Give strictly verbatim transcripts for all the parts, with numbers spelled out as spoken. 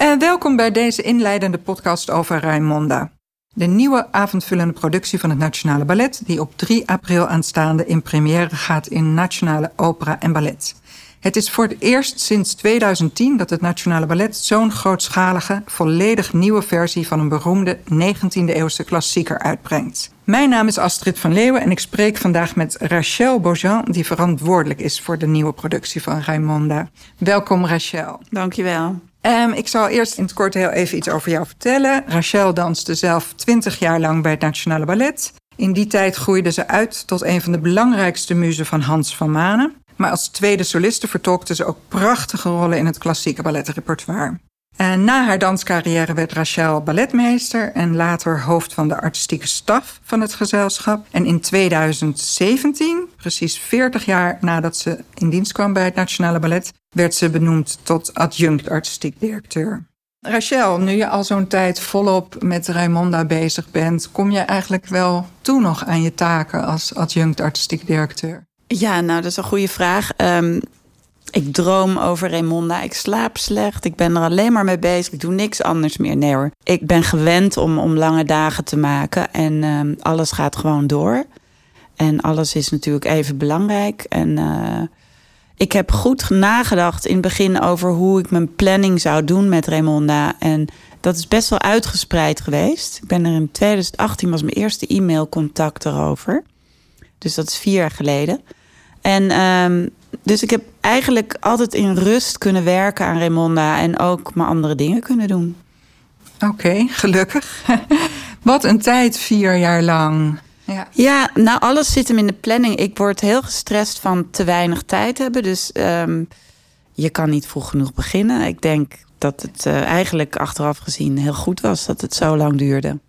Uh, welkom bij deze inleidende podcast over Raimonda. De nieuwe avondvullende productie van het Nationale Ballet, die op drie april aanstaande in première gaat in Nationale Opera en Ballet. Het is voor het eerst sinds tweeduizend tien dat het Nationale Ballet zo'n grootschalige, volledig nieuwe versie van een beroemde negentiende eeuwse klassieker uitbrengt. Mijn naam is Astrid van Leeuwen en ik spreek vandaag met Rachel Beaujean, die verantwoordelijk is voor de nieuwe productie van Raimonda. Welkom, Rachel. Dankjewel. Um, ik zal eerst in het kort heel even iets over jou vertellen. Rachel danste zelf twintig jaar lang bij het Nationale Ballet. In die tijd groeide ze uit tot een van de belangrijkste muzen van Hans van Manen. Maar als tweede soliste vertolkte ze ook prachtige rollen in het klassieke balletrepertoire. En na haar danscarrière werd Rachel balletmeester en later hoofd van de artistieke staf van het gezelschap. En in tweeduizend zeventien, precies veertig jaar nadat ze in dienst kwam bij het Nationale Ballet, werd ze benoemd tot adjunct artistiek directeur. Rachel, nu je al zo'n tijd volop met Raimonda bezig bent, kom je eigenlijk wel toe nog aan je taken als adjunct artistiek directeur? Ja, nou, dat is een goede vraag. Um, ik droom over Raimonda. Ik slaap slecht. Ik ben er alleen maar mee bezig. Ik doe niks anders meer. Nee hoor. Ik ben gewend om, om lange dagen te maken. En um, alles gaat gewoon door. En alles is natuurlijk even belangrijk. En uh, ik heb goed nagedacht in het begin over hoe ik mijn planning zou doen met Raimonda. En dat is best wel uitgespreid geweest. Ik ben er in tweeduizend achttien was mijn eerste e-mailcontact erover. Dus dat is vier jaar geleden. En um, dus ik heb eigenlijk altijd in rust kunnen werken aan Raimonda en ook mijn andere dingen kunnen doen. Oké, okay, gelukkig. Wat een tijd, vier jaar lang. Ja. ja, nou alles zit hem in de planning. Ik word heel gestrest van te weinig tijd hebben. Dus um, je kan niet vroeg genoeg beginnen. Ik denk dat het uh, eigenlijk achteraf gezien heel goed was dat het zo lang duurde.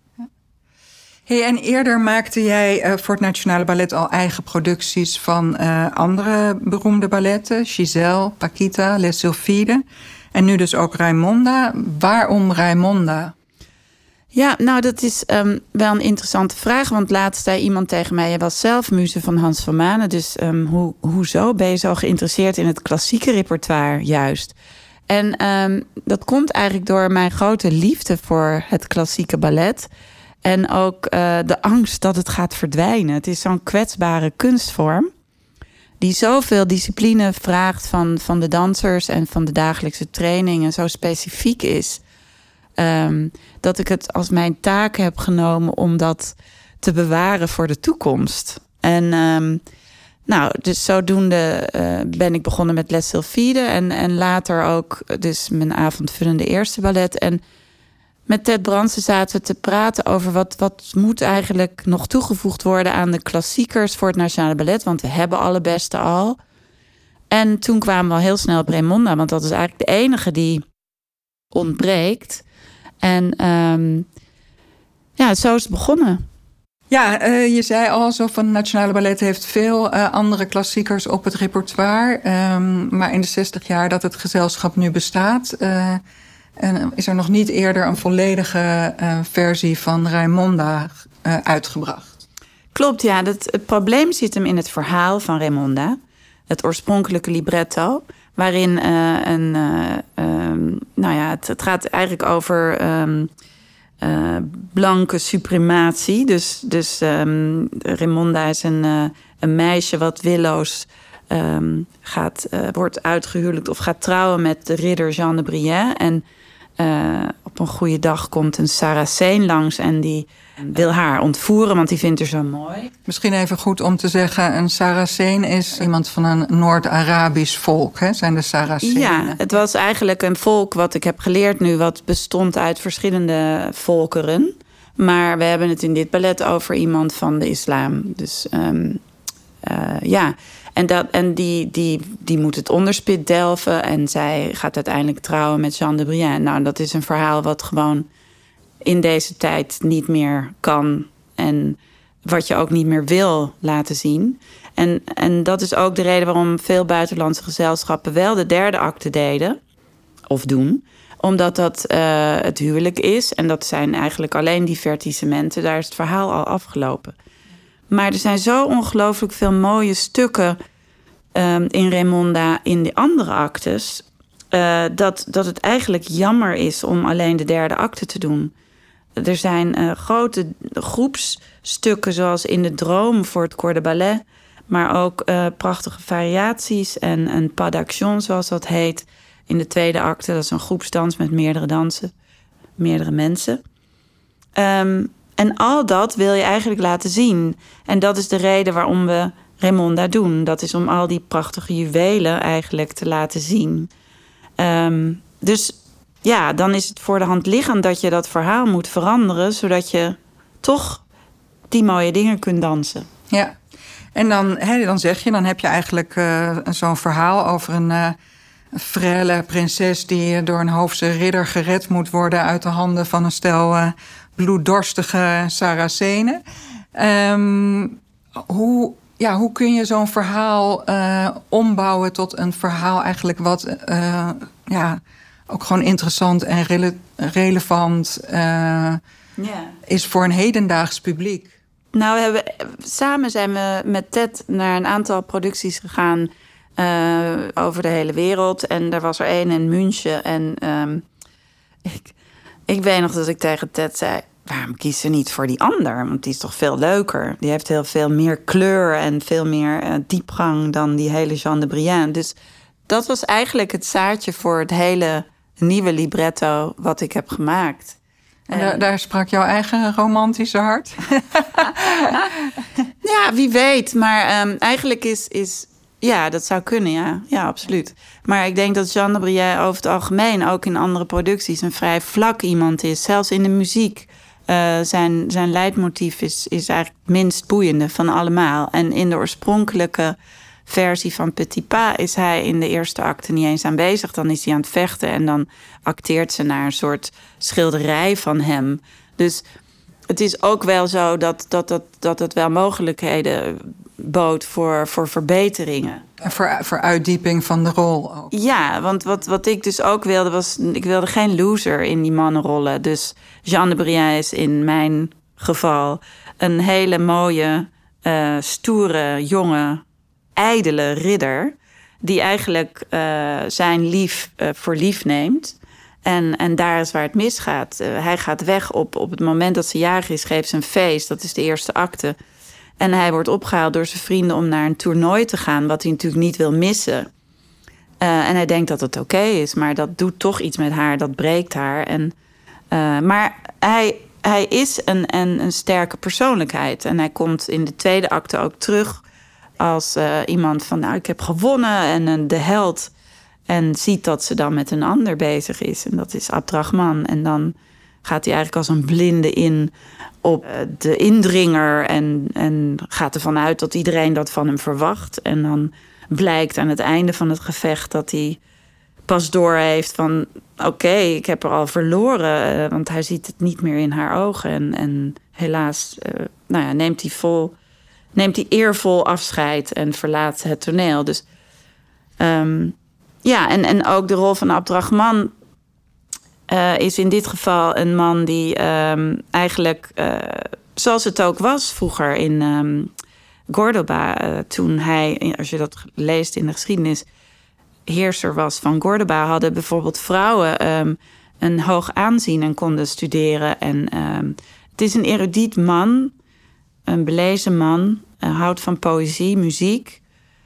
Hey, en eerder maakte jij uh, voor het Nationale Ballet al eigen producties van uh, andere beroemde balletten. Giselle, Paquita, Les Sylphides. En nu dus ook Raimonda. Waarom Raimonda? Ja, nou dat is um, wel een interessante vraag. Want laatst zei iemand tegen mij, jij was zelf muze van Hans van Manen. Dus um, hoe, hoezo ben je zo geïnteresseerd in het klassieke repertoire juist? En um, dat komt eigenlijk door mijn grote liefde voor het klassieke ballet. En ook uh, de angst dat het gaat verdwijnen. Het is zo'n kwetsbare kunstvorm die zoveel discipline vraagt van, van de dansers en van de dagelijkse training en zo specifiek is. Um, dat ik het als mijn taak heb genomen om dat te bewaren voor de toekomst. En um, nou, dus zodoende uh, ben ik begonnen met Les Sylphides en, en later ook dus mijn avondvullende eerste ballet. En met Ted Bransen zaten we te praten over wat, wat moet eigenlijk nog toegevoegd worden aan de klassiekers voor het Nationale Ballet. Want we hebben alle beste al. En toen kwamen we al heel snel op Raimonda, want dat is eigenlijk de enige die ontbreekt. En um, ja, zo is het begonnen. Ja, uh, je zei al zo van het Nationale Ballet heeft veel uh, andere klassiekers op het repertoire. Um, maar in de zestig jaar dat het gezelschap nu bestaat, Uh, En is er nog niet eerder een volledige uh, versie van Raimonda uh, uitgebracht? Klopt, ja. Dat, het probleem zit hem in het verhaal van Raimonda. Het oorspronkelijke libretto. Waarin uh, een... Uh, um, nou ja, het, het gaat eigenlijk over um, uh, blanke suprematie. Dus, dus um, Raimonda is een, uh, een meisje wat willoos um, gaat, uh, wordt uitgehuwelijkt of gaat trouwen met de ridder Jean de Brienne. En Uh, op een goede dag komt een Saraceen langs en die wil haar ontvoeren, want die vindt haar zo mooi. Misschien even goed om te zeggen, een Saraceen is iemand van een Noord-Arabisch volk, hè? Zijn de Saracenen? Ja, het was eigenlijk een volk wat ik heb geleerd nu, wat bestond uit verschillende volkeren. Maar we hebben het in dit ballet over iemand van de islam. Dus um, uh, ja... En, dat, en die, die, die moet het onderspit delven. En zij gaat uiteindelijk trouwen met Jean de Brienne. Nou, dat is een verhaal wat gewoon in deze tijd niet meer kan. En wat je ook niet meer wil laten zien. En, en dat is ook de reden waarom veel buitenlandse gezelschappen wel de derde acte deden. Of doen. Omdat dat uh, het huwelijk is. En dat zijn eigenlijk alleen divertissementen. Daar is het verhaal al afgelopen. Maar er zijn zo ongelooflijk veel mooie stukken um, in Raimonda in de andere actes. uh, dat, dat het eigenlijk jammer is om alleen de derde acte te doen. Er zijn uh, grote groepsstukken, zoals In de Droom voor het Corps de Ballet, maar ook uh, prachtige variaties en een pas d'action, zoals dat heet, in de tweede acte. Dat is een groepsdans met meerdere dansen, meerdere mensen. Um, en al dat wil je eigenlijk laten zien. En dat is de reden waarom we Raymonda doen. Dat is om al die prachtige juwelen eigenlijk te laten zien. Um, dus ja, dan is het voor de hand liggend dat je dat verhaal moet veranderen, zodat je toch die mooie dingen kunt dansen. Ja, en dan, hè, dan zeg je, dan heb je eigenlijk uh, zo'n verhaal over een uh, frêle prinses die door een hoofdse ridder gered moet worden uit de handen van een stel uh, bloeddorstige Saracenen. Um, hoe, ja, hoe kun je zo'n verhaal uh, ombouwen tot een verhaal eigenlijk wat uh, ja, ook gewoon interessant en rele- relevant uh, yeah. is voor een hedendaags publiek? Nou, we hebben, samen zijn we met Ted naar een aantal producties gegaan uh, over de hele wereld. En er was er één in München. En um, ik, ik weet nog dat ik tegen Ted zei, waarom kies ze niet voor die ander? Want die is toch veel leuker. Die heeft heel veel meer kleur en veel meer uh, diepgang dan die hele Jean de Brienne. Dus dat was eigenlijk het zaadje voor het hele nieuwe libretto wat ik heb gemaakt. En daar, daar sprak jouw eigen romantische hart? Ja, wie weet. Maar um, eigenlijk is, is... Ja, dat zou kunnen, ja. Ja, absoluut. Maar ik denk dat Jean de Brienne over het algemeen, ook in andere producties, een vrij vlak iemand is. Zelfs in de muziek. Uh, zijn, zijn leidmotief is, is eigenlijk het minst boeiende van allemaal. En in de oorspronkelijke versie van Petit Pas is hij in de eerste acte niet eens aanwezig. Dan is hij aan het vechten en dan acteert ze naar een soort schilderij van hem. Dus het is ook wel zo dat, dat, dat, dat het wel mogelijkheden bood voor, voor verbeteringen. En voor, voor uitdieping van de rol ook. Ja, want wat, wat ik dus ook wilde was, ik wilde geen loser in die mannenrollen. Dus Jean de Brienne is in mijn geval een hele mooie, uh, stoere, jonge, ijdele ridder die eigenlijk uh, zijn lief uh, voor lief neemt. En, en daar is waar het misgaat. Uh, hij gaat weg op, op het moment dat ze jarig is, geeft ze een feest. Dat is de eerste acte. En hij wordt opgehaald door zijn vrienden om naar een toernooi te gaan, wat hij natuurlijk niet wil missen. Uh, en hij denkt dat het oké okay is, maar dat doet toch iets met haar, dat breekt haar. En, uh, maar hij, hij is een, een, een sterke persoonlijkheid. En hij komt in de tweede acte ook terug als uh, iemand van, nou, ik heb gewonnen en uh, de held. En ziet dat ze dan met een ander bezig is. En dat is Abdrachman. En dan gaat hij eigenlijk als een blinde in op uh, de indringer. En, en gaat ervan uit dat iedereen dat van hem verwacht. En dan blijkt aan het einde van het gevecht dat hij pas door heeft van, oké, okay, ik heb er al verloren. Uh, want hij ziet het niet meer in haar ogen. En, en helaas uh, nou ja, neemt hij vol... neemt hij eervol afscheid en verlaat het toneel. Dus um, ja, en, en ook de rol van Abdrachman uh, is in dit geval een man die um, eigenlijk, uh, zoals het ook was vroeger in um, Córdoba, uh, toen hij, als je dat leest in de geschiedenis, heerser was van Córdoba, hadden bijvoorbeeld vrouwen um, een hoog aanzien en konden studeren. En um, het is een erudiet man, een belezen man, uh, houdt van poëzie, muziek.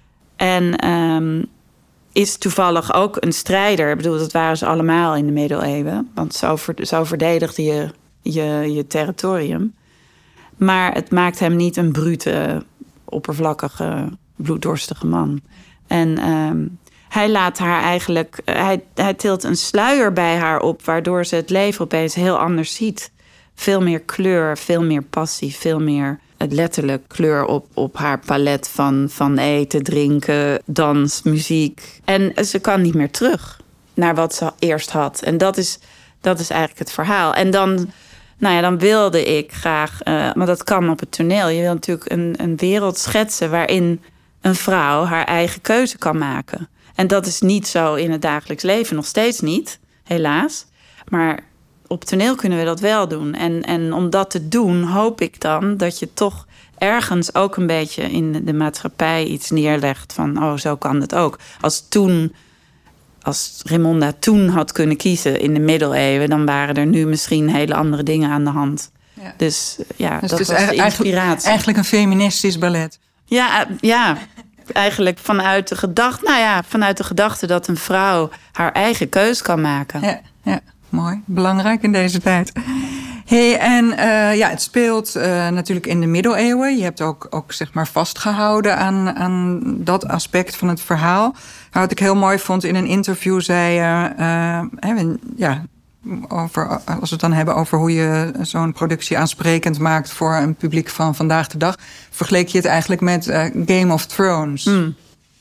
En um, is toevallig ook een strijder. Ik bedoel, dat waren ze allemaal in de middeleeuwen. Want zo, ver, zo verdedigde je, je je territorium. Maar het maakt hem niet een brute, oppervlakkige, bloeddorstige man. En um, hij laat haar eigenlijk... Hij, hij tilt een sluier bij haar op, waardoor ze het leven opeens heel anders ziet. Veel meer kleur, veel meer passie, veel meer letterlijk kleur op, op haar palet van, van eten, drinken, dans, muziek. En ze kan niet meer terug naar wat ze eerst had. En dat is, dat is eigenlijk het verhaal. En dan, nou ja, dan wilde ik graag, uh, maar dat kan op het toneel. Je wil natuurlijk een, een wereld schetsen waarin een vrouw haar eigen keuze kan maken. En dat is niet zo in het dagelijks leven, nog steeds niet, helaas. Maar op toneel kunnen we dat wel doen. En, en om dat te doen, hoop ik dan dat je toch ergens ook een beetje in de maatschappij iets neerlegt van, oh, zo kan het ook. Als toen als Raymonda toen had kunnen kiezen in de middeleeuwen, dan waren er nu misschien hele andere dingen aan de hand. Ja. Dus ja, dus dat het is was de inspiratie. Eigenlijk een feministisch ballet. Ja, ja, eigenlijk vanuit de gedachte, nou ja, vanuit de gedachte dat een vrouw haar eigen keus kan maken. Ja, ja, mooi. Belangrijk in deze tijd. Hey, en uh, ja, het speelt uh, natuurlijk in de middeleeuwen. Je hebt ook, ook zeg maar vastgehouden aan, aan dat aspect van het verhaal. Wat ik heel mooi vond in een interview zei je, uh, uh, ja, over, als we het dan hebben over hoe je zo'n productie aansprekend maakt voor een publiek van vandaag de dag, vergeleek je het eigenlijk met uh, Game of Thrones. Mm.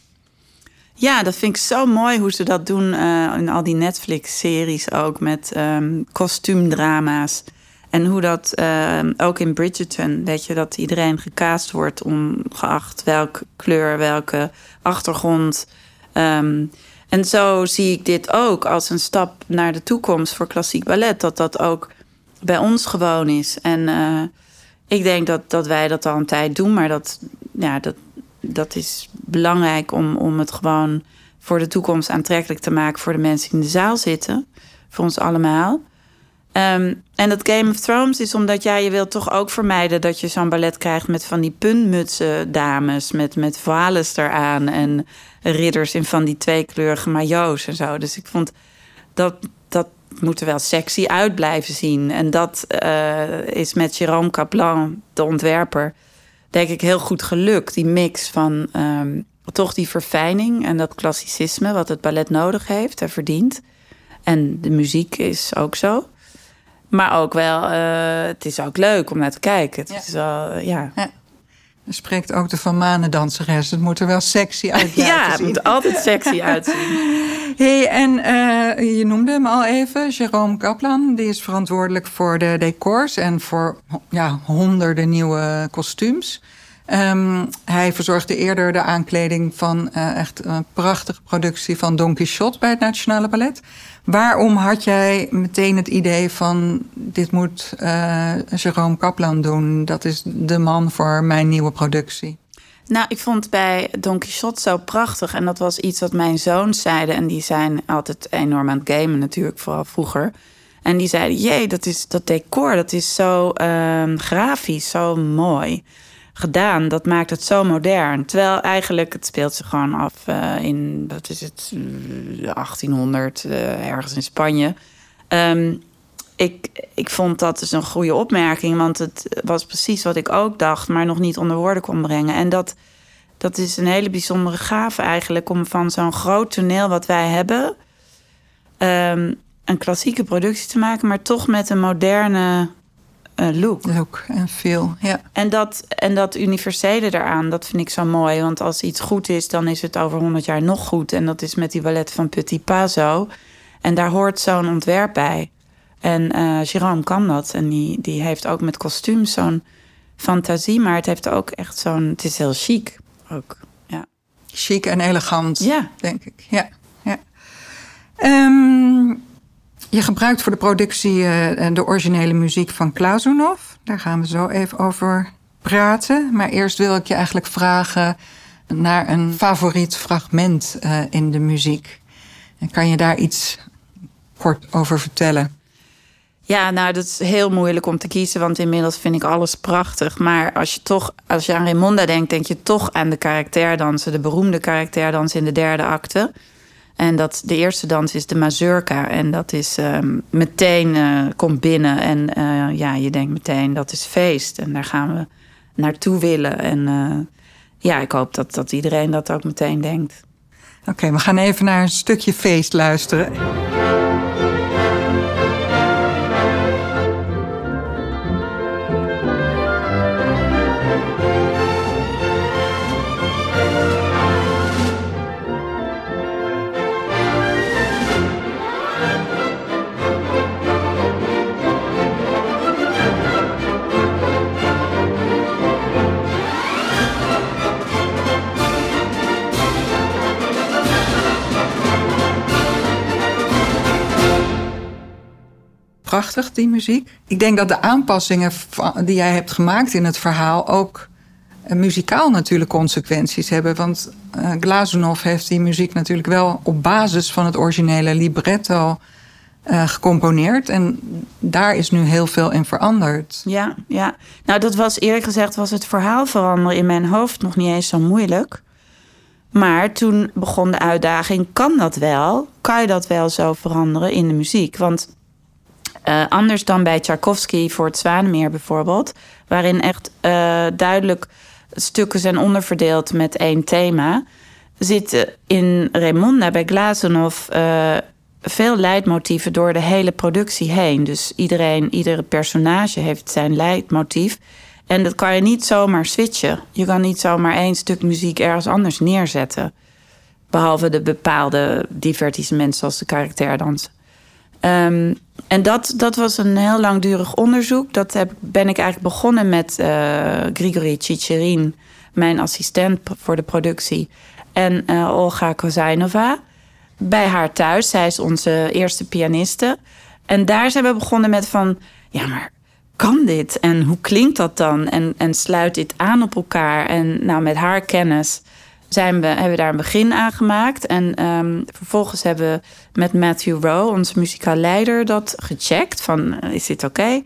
Ja, dat vind ik zo mooi hoe ze dat doen uh, in al die Netflix-series ook met um, kostuumdrama's. En hoe dat uh, ook in Bridgerton, weet je, dat iedereen gecast wordt ongeacht welke kleur, welke achtergrond. Um, en zo zie ik dit ook als een stap naar de toekomst voor klassiek ballet. Dat dat ook bij ons gewoon is. En uh, ik denk dat, dat wij dat al een tijd doen, maar dat, ja, dat, dat is belangrijk om, om het gewoon voor de toekomst aantrekkelijk te maken voor de mensen die in de zaal zitten. Voor ons allemaal. Um, en dat Game of Thrones is omdat ja, je wilt toch ook vermijden dat je zo'n ballet krijgt met van die puntmutsen dames, met, met voiles eraan en ridders in van die tweekleurige maillots en zo. Dus ik vond dat dat moet er wel sexy uit blijven zien. En dat uh, is met Jérôme Kaplan, de ontwerper, denk ik heel goed gelukt. Die mix van um, toch die verfijning en dat klassicisme wat het ballet nodig heeft en verdient. En de muziek is ook zo. Maar ook wel, uh, het is ook leuk om naar te kijken. Het ja. is wel, ja. ja. Er spreekt ook de Van Manen danseres. Het moet er wel sexy uit Ja, het zien. moet altijd sexy uitzien. Hey, en uh, je noemde hem al even, Jérôme Kaplan. Die is verantwoordelijk voor de decors en voor ja, honderden nieuwe kostuums. Um, hij verzorgde eerder de aankleding van uh, echt een prachtige productie van Don Quixote bij het Nationale Ballet. Waarom had jij meteen het idee van dit moet uh, Jérôme Kaplan doen? Dat is de man voor mijn nieuwe productie. Nou, ik vond bij Don Quixote zo prachtig. En dat was iets wat mijn zoons zeiden. En die zijn altijd enorm aan het gamen natuurlijk, vooral vroeger. En die zeiden, jee, dat, is, dat decor, dat is zo uh, grafisch, zo mooi gedaan. Dat maakt het zo modern. Terwijl eigenlijk, het speelt zich gewoon af uh, in, wat is het, achttienhonderd, uh, ergens in Spanje. Um, ik, ik vond dat dus een goede opmerking, want het was precies wat ik ook dacht, maar nog niet onder woorden kon brengen. En dat, dat is een hele bijzondere gave eigenlijk, om van zo'n groot toneel wat wij hebben, um, een klassieke productie te maken, maar toch met een moderne Uh, look. Look en feel, ja. En dat, en dat universele daaraan, dat vind ik zo mooi. Want als iets goed is, dan is het over honderd jaar nog goed. En dat is met die ballet van Petit Pas zo. En daar hoort zo'n ontwerp bij. En uh, Jérôme kan dat. En die, die heeft ook met kostuums zo'n fantasie. Maar het heeft ook echt zo'n... Het is heel chic ook, ja. Chic en elegant, ja. denk ik. Ja, ja. Um, Je gebruikt voor de productie uh, de originele muziek van Glazunov. Daar gaan we zo even over praten. Maar eerst wil ik je eigenlijk vragen naar een favoriet fragment uh, in de muziek. En kan je daar iets kort over vertellen? Ja, nou, dat is heel moeilijk om te kiezen, want inmiddels vind ik alles prachtig. Maar als je toch, als je aan Raymonda denkt, denk je toch aan de karakterdansen, de beroemde karakterdansen in de derde acte. En dat, de eerste dans is de mazurka. En dat is um, meteen uh, komt binnen. En uh, ja, je denkt meteen, dat is feest. En daar gaan we naartoe willen. En uh, ja, ik hoop dat, dat iedereen dat ook meteen denkt. Oké, okay, we gaan even naar een stukje feest luisteren. Prachtig, die muziek. Ik denk dat de aanpassingen die jij hebt gemaakt in het verhaal ook uh, muzikaal natuurlijk consequenties hebben. Want uh, Glazunov heeft die muziek natuurlijk wel op basis van het originele libretto uh, gecomponeerd. En daar is nu heel veel in veranderd. Ja, ja. Nou, dat was eerlijk gezegd was het verhaal veranderen in mijn hoofd nog niet eens zo moeilijk. Maar toen begon de uitdaging, kan dat wel? Kan je dat wel zo veranderen in de muziek? Want uh, anders dan bij Tchaikovsky voor het Zwanemeer bijvoorbeeld, waarin echt uh, duidelijk stukken zijn onderverdeeld met één thema, zitten in Raymonda bij Glazunov uh, veel leidmotieven door de hele productie heen. Dus iedereen, iedere personage heeft zijn leidmotief. En dat kan je niet zomaar switchen. Je kan niet zomaar één stuk muziek ergens anders neerzetten. Behalve de bepaalde divertissementen zoals de karakterdans. Um, en dat, dat was een heel langdurig onderzoek. Dat heb, ben ik eigenlijk begonnen met uh, Grigori Tchitcherin, mijn assistent voor de productie, en uh, Olga Kozainova. Bij haar thuis. Zij is onze eerste pianiste. En daar zijn we begonnen met van, ja, maar kan dit? En hoe klinkt dat dan? En, en sluit dit aan op elkaar? En nou, met haar kennis zijn we, hebben we daar een begin aan gemaakt. En um, vervolgens hebben we met Matthew Rowe, onze muzikaal leider, dat gecheckt. Van, uh, is dit oké? Okay?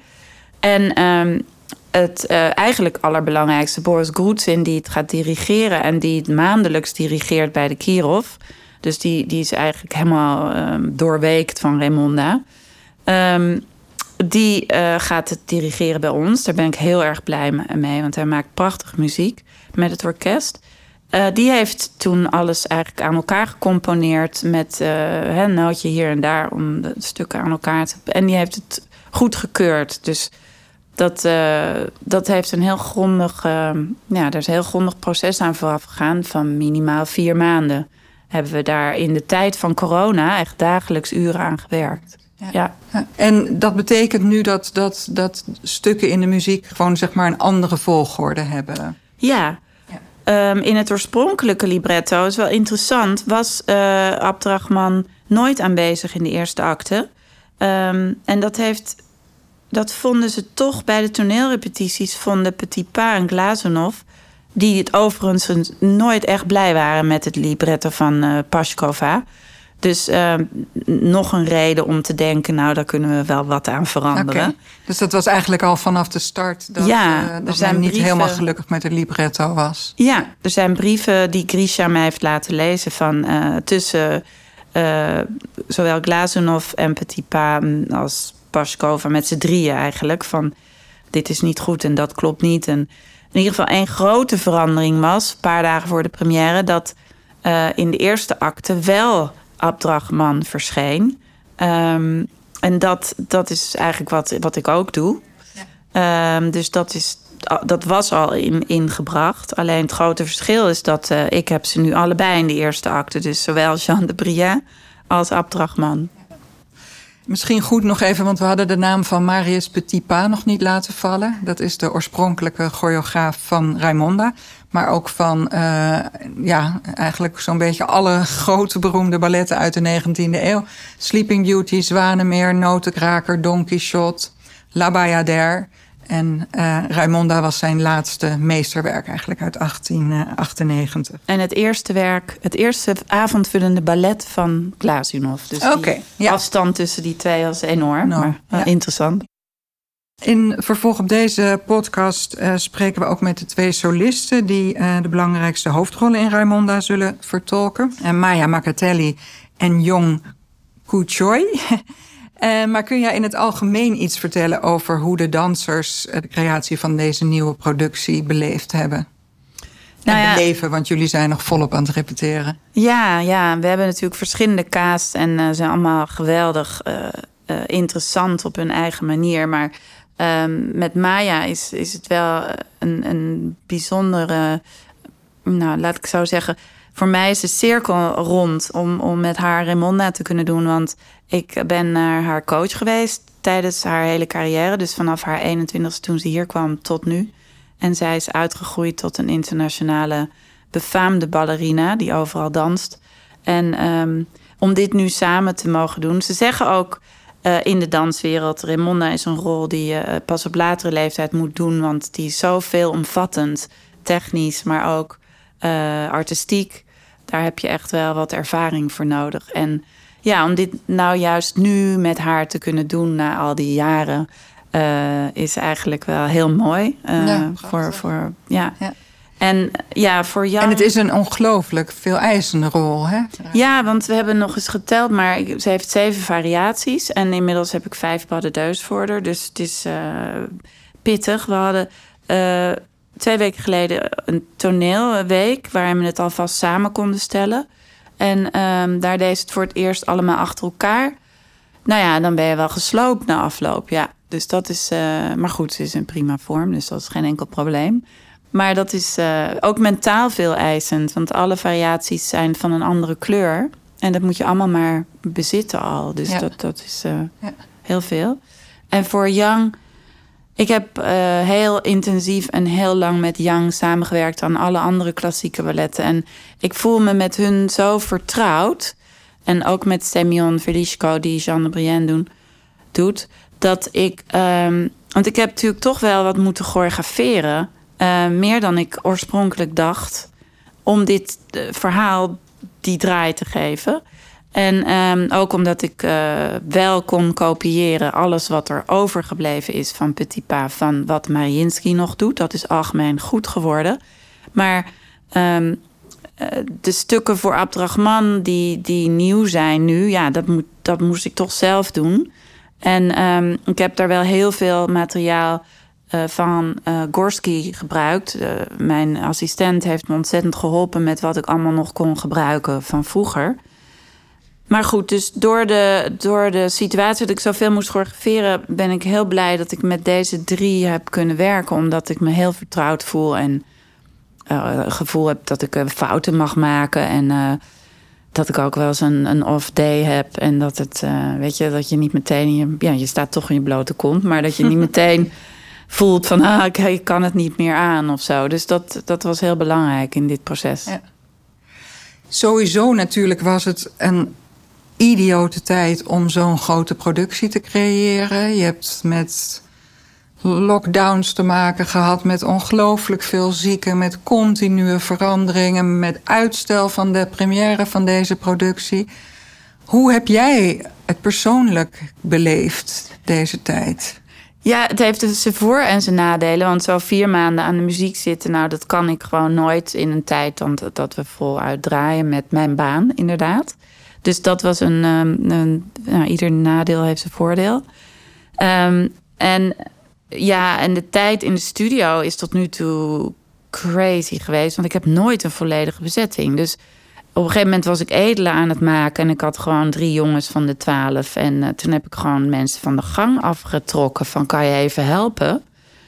En um, het uh, eigenlijk allerbelangrijkste, Boris Grutzin, die het gaat dirigeren en die het maandelijks dirigeert bij de Kirov. Dus die, die is eigenlijk helemaal um, doorweekt van Raymonda. Um, Die uh, gaat het dirigeren bij ons. Daar ben ik heel erg blij mee, want hij maakt prachtige muziek met het orkest. Uh, die heeft toen alles eigenlijk aan elkaar gecomponeerd met uh, een nootje hier en daar om de stukken aan elkaar te... En die heeft het goed gekeurd. Dus dat, uh, dat heeft een heel grondig... Uh, ja, er is een heel grondig proces aan vooraf gegaan van minimaal vier maanden. Hebben we daar in de tijd van corona echt dagelijks uren aan gewerkt. Ja. Ja. En dat betekent nu dat, dat, dat stukken in de muziek gewoon zeg maar een andere volgorde hebben. Ja. Ja. Um, in het oorspronkelijke libretto, is wel interessant, was uh, Abdrachman nooit aanwezig in de eerste acte. Um, en dat heeft, dat vonden ze toch bij de toneelrepetities, vonden Petipa en Glazunov, die het overigens nooit echt blij waren met het libretto van uh, Pashkova. Dus uh, nog een reden om te denken, nou, daar kunnen we wel wat aan veranderen. Okay. Dus dat was eigenlijk al vanaf de start dat, ja, uh, dat men niet brieven, helemaal gelukkig met het libretto was. Ja, er zijn brieven die Grisha mij heeft laten lezen van uh, tussen uh, zowel Glazunov en Petipa als Pashkova, met z'n drieën eigenlijk, van dit is niet goed en dat klopt niet. En in ieder geval één grote verandering was, een paar dagen voor de première, dat uh, in de eerste acte wel Abdrachman verscheen. Um, en dat, dat is eigenlijk wat, wat ik ook doe. Ja. Um, dus dat, is, dat was al in, ingebracht. Alleen het grote verschil is dat uh, ik heb ze nu allebei in de eerste acte. Dus zowel Jean de Brière als Abdrachman. Misschien goed nog even, want we hadden de naam van Marius Petipa nog niet laten vallen. Dat is de oorspronkelijke choreograaf van Raymonda. Maar ook van, uh, ja, eigenlijk zo'n beetje alle grote beroemde balletten uit de negentiende eeuw. Sleeping Beauty, Zwanemeer, Notenkraker, Don Quixote, La Bayadère. En uh, Raymonda was zijn laatste meesterwerk eigenlijk uit achttien achtennegentig. En het eerste werk, het eerste avondvullende ballet van Glazunov. Dus okay, die ja. afstand tussen die twee was enorm, no, maar ja. interessant. In vervolg op deze podcast uh, spreken we ook met de twee solisten die uh, de belangrijkste hoofdrollen in Raymonda zullen vertolken. Uh, Maya Makatelli en Yong Koo Choi. Uh, maar kun jij in het algemeen iets vertellen over hoe de dansers uh, de creatie van deze nieuwe productie beleefd hebben? Nou en ja, beleven, want jullie zijn nog volop aan het repeteren. Ja, ja, we hebben natuurlijk verschillende cast en uh, zijn allemaal geweldig uh, uh, interessant op hun eigen manier. Maar um, met Maya is, is het wel een, een bijzondere, nou, laat ik zo zeggen, voor mij is de cirkel rond om, om met haar Raymonda te kunnen doen. Want ik ben naar haar coach geweest tijdens haar hele carrière. Dus vanaf haar eenentwintigste toen ze hier kwam tot nu. En zij is uitgegroeid tot een internationale befaamde ballerina die overal danst. En um, om dit nu samen te mogen doen. Ze zeggen ook uh, in de danswereld, Raymonda is een rol die je pas op latere leeftijd moet doen. Want die is zo veelomvattend. technisch, maar ook uh, artistiek. Daar heb je echt wel wat ervaring voor nodig. En ja, om dit nou juist nu met haar te kunnen doen na al die jaren, uh, is eigenlijk wel heel mooi. Uh, ja, voor, voor, ja. ja. En ja, voor jou. En het is een ongelooflijk veel eisende rol, hè? Ja, want we hebben nog eens geteld, maar ze heeft zeven variaties. En inmiddels heb ik vijf pas de deux voor haar. Dus het is uh, pittig. We hadden uh, twee weken geleden een toneelweek waarin we het alvast samen konden stellen. En um, daar deed ze het voor het eerst allemaal achter elkaar. Nou ja, dan ben je wel gesloopt na afloop, ja. Dus dat is, uh, maar goed, ze is in prima vorm, dus dat is geen enkel probleem. Maar dat is uh, ook mentaal veel eisend. Want alle variaties zijn van een andere kleur. En dat moet je allemaal maar bezitten al. Dus ja. dat, dat is uh, ja. heel veel. En voor Yang, ik heb uh, heel intensief en heel lang met Yang samengewerkt aan alle andere klassieke balletten. En ik voel me met hun zo vertrouwd. En ook met Semyon Velishko, die Jean de Brienne doen, doet. Dat ik, um, want ik heb natuurlijk toch wel wat moeten choreograferen. Uh, meer dan ik oorspronkelijk dacht, om dit uh, verhaal die draai te geven. En um, ook omdat ik uh, wel kon kopiëren alles wat er overgebleven is van Petipa, van wat Mariinsky nog doet. Dat is algemeen goed geworden. Maar um, uh, de stukken voor Abdrachman die, die nieuw zijn nu, ja, dat, moet, dat moest ik toch zelf doen. En um, ik heb daar wel heel veel materiaal Uh, van uh, Gorsky gebruikt. Uh, mijn assistent heeft me ontzettend geholpen met wat ik allemaal nog kon gebruiken van vroeger. Maar goed, dus door de, door de situatie dat ik zoveel moest choreograferen, ben ik heel blij dat ik met deze drie heb kunnen werken, omdat ik me heel vertrouwd voel en uh, het gevoel heb dat ik uh, fouten mag maken en uh, dat ik ook wel eens een, een off day heb en dat het, uh, weet je, dat je niet meteen, in je, ja, je staat toch in je blote kont, maar dat je niet meteen voelt van, ah, ik, ik kan het niet meer aan of zo. Dus dat, dat was heel belangrijk in dit proces. Ja. Sowieso natuurlijk was het een idiote tijd om zo'n grote productie te creëren. Je hebt met lockdowns te maken gehad, met ongelooflijk veel zieken, met continue veranderingen, met uitstel van de première van deze productie. Hoe heb jij het persoonlijk beleefd, deze tijd? Ja, het heeft dus zijn voor- en zijn nadelen. Want zo vier maanden aan de muziek zitten, nou, dat kan ik gewoon nooit in een tijd dan dat we voluit draaien met mijn baan, inderdaad. Dus dat was een, um, een nou, ieder nadeel heeft zijn voordeel. Um, en ja, en de tijd in de studio is tot nu toe crazy geweest, want ik heb nooit een volledige bezetting. Dus op een gegeven moment was ik Edelen aan het maken en ik had gewoon drie jongens van de twaalf. En uh, toen heb ik gewoon mensen van de gang afgetrokken van, kan je even helpen?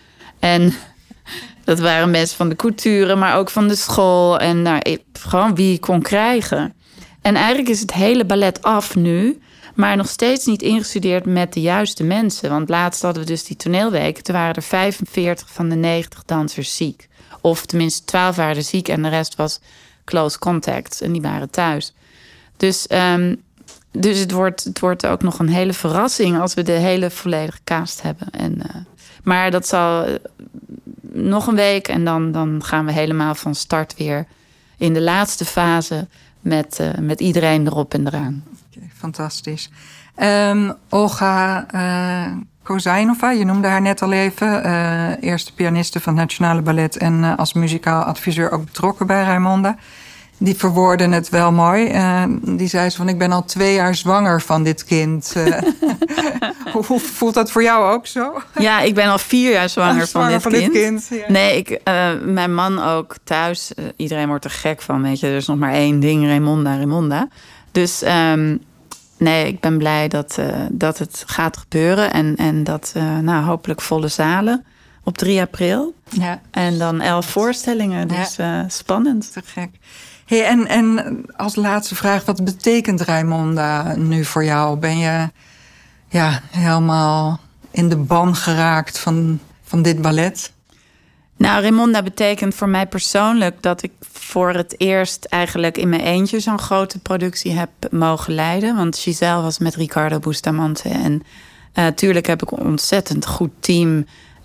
En dat waren mensen van de couture, maar ook van de school. En nou, ik, gewoon wie ik kon krijgen. En eigenlijk is het hele ballet af nu, maar nog steeds niet ingestudeerd met de juiste mensen. Want laatst hadden we dus die toneelweek. Toen waren er vijfenveertig van de negentig dansers ziek. Of tenminste twaalf waren er ziek en de rest was close contact. En die waren thuis. Dus, um, dus het, wordt, het wordt ook nog een hele verrassing als we de hele volledige cast hebben. En, uh, maar dat zal uh, nog een week en dan, dan gaan we helemaal van start weer in de laatste fase met, uh, met iedereen erop en eraan. Okay, fantastisch. Um, Olga uh, Kozajnova, je noemde haar net al even. Uh, eerste pianiste van het Nationale Ballet en uh, als muzikaal adviseur ook betrokken bij Raimonda. Die verwoordde het wel mooi. Uh, die zei zo van, ik ben al twee jaar zwanger van dit kind. Uh, hoe, hoe voelt dat voor jou ook zo? Ja, ik ben al vier jaar zwanger, oh, zwanger van, dit, van kind. dit kind. Ja. Nee, ik, uh, mijn man ook thuis. Uh, iedereen wordt er gek van, weet je. Er is nog maar één ding, Raimonda, Raimonda. Dus um, nee, ik ben blij dat, uh, dat het gaat gebeuren. En, en dat, uh, nou, hopelijk volle zalen op drie april. Ja. En dan elf voorstellingen, dus ja. uh, spannend. Te gek. Hey, en, en als laatste vraag, wat betekent Raimonda nu voor jou? Ben je ja, helemaal in de ban geraakt van, van dit ballet? Nou, Raimonda betekent voor mij persoonlijk dat ik voor het eerst eigenlijk in mijn eentje zo'n grote productie heb mogen leiden. Want Giselle was met Ricardo Bustamante. En uh, tuurlijk heb ik een ontzettend goed team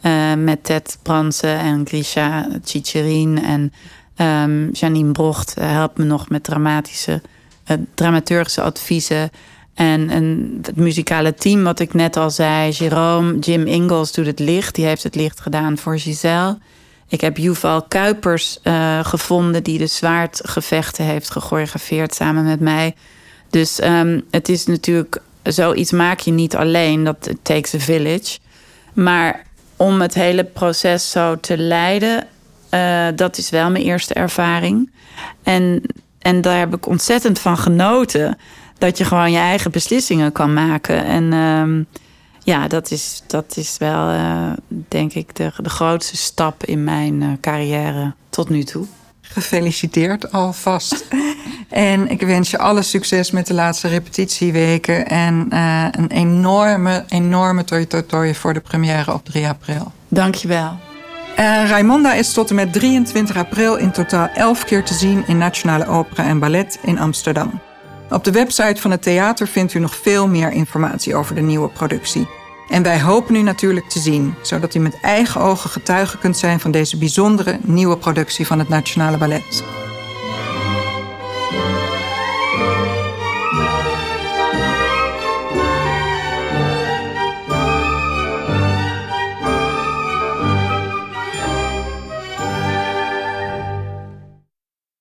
Uh, met Ted Bransen en Grisha Tchitcherin en um, Janine Brocht uh, helpt me nog met dramatische, uh, dramaturgische adviezen. En, en het muzikale team, wat ik net al zei, Jerome, Jim Ingalls doet het licht. Die heeft het licht gedaan voor Giselle. Ik heb Yuval Kuipers uh, gevonden, die de zwaardgevechten heeft gechoreografeerd samen met mij. Dus um, het is natuurlijk, zoiets maak je niet alleen, dat it takes a village. Maar om het hele proces zo te leiden, uh, dat is wel mijn eerste ervaring. En, en daar heb ik ontzettend van genoten, dat je gewoon je eigen beslissingen kan maken. En um, ja, dat is, dat is wel, uh, denk ik, de, de grootste stap in mijn uh, carrière tot nu toe. Gefeliciteerd alvast. En ik wens je alle succes met de laatste repetitieweken. En uh, een enorme, enorme toi toi toi voor de première op drie april. Dank je wel. Uh, Raimonda is tot en met drieëntwintig april in totaal elf keer te zien in Nationale Opera en Ballet in Amsterdam. Op de website van het theater vindt u nog veel meer informatie over de nieuwe productie. En wij hopen u natuurlijk te zien, zodat u met eigen ogen getuige kunt zijn van deze bijzondere nieuwe productie van het Nationale Ballet.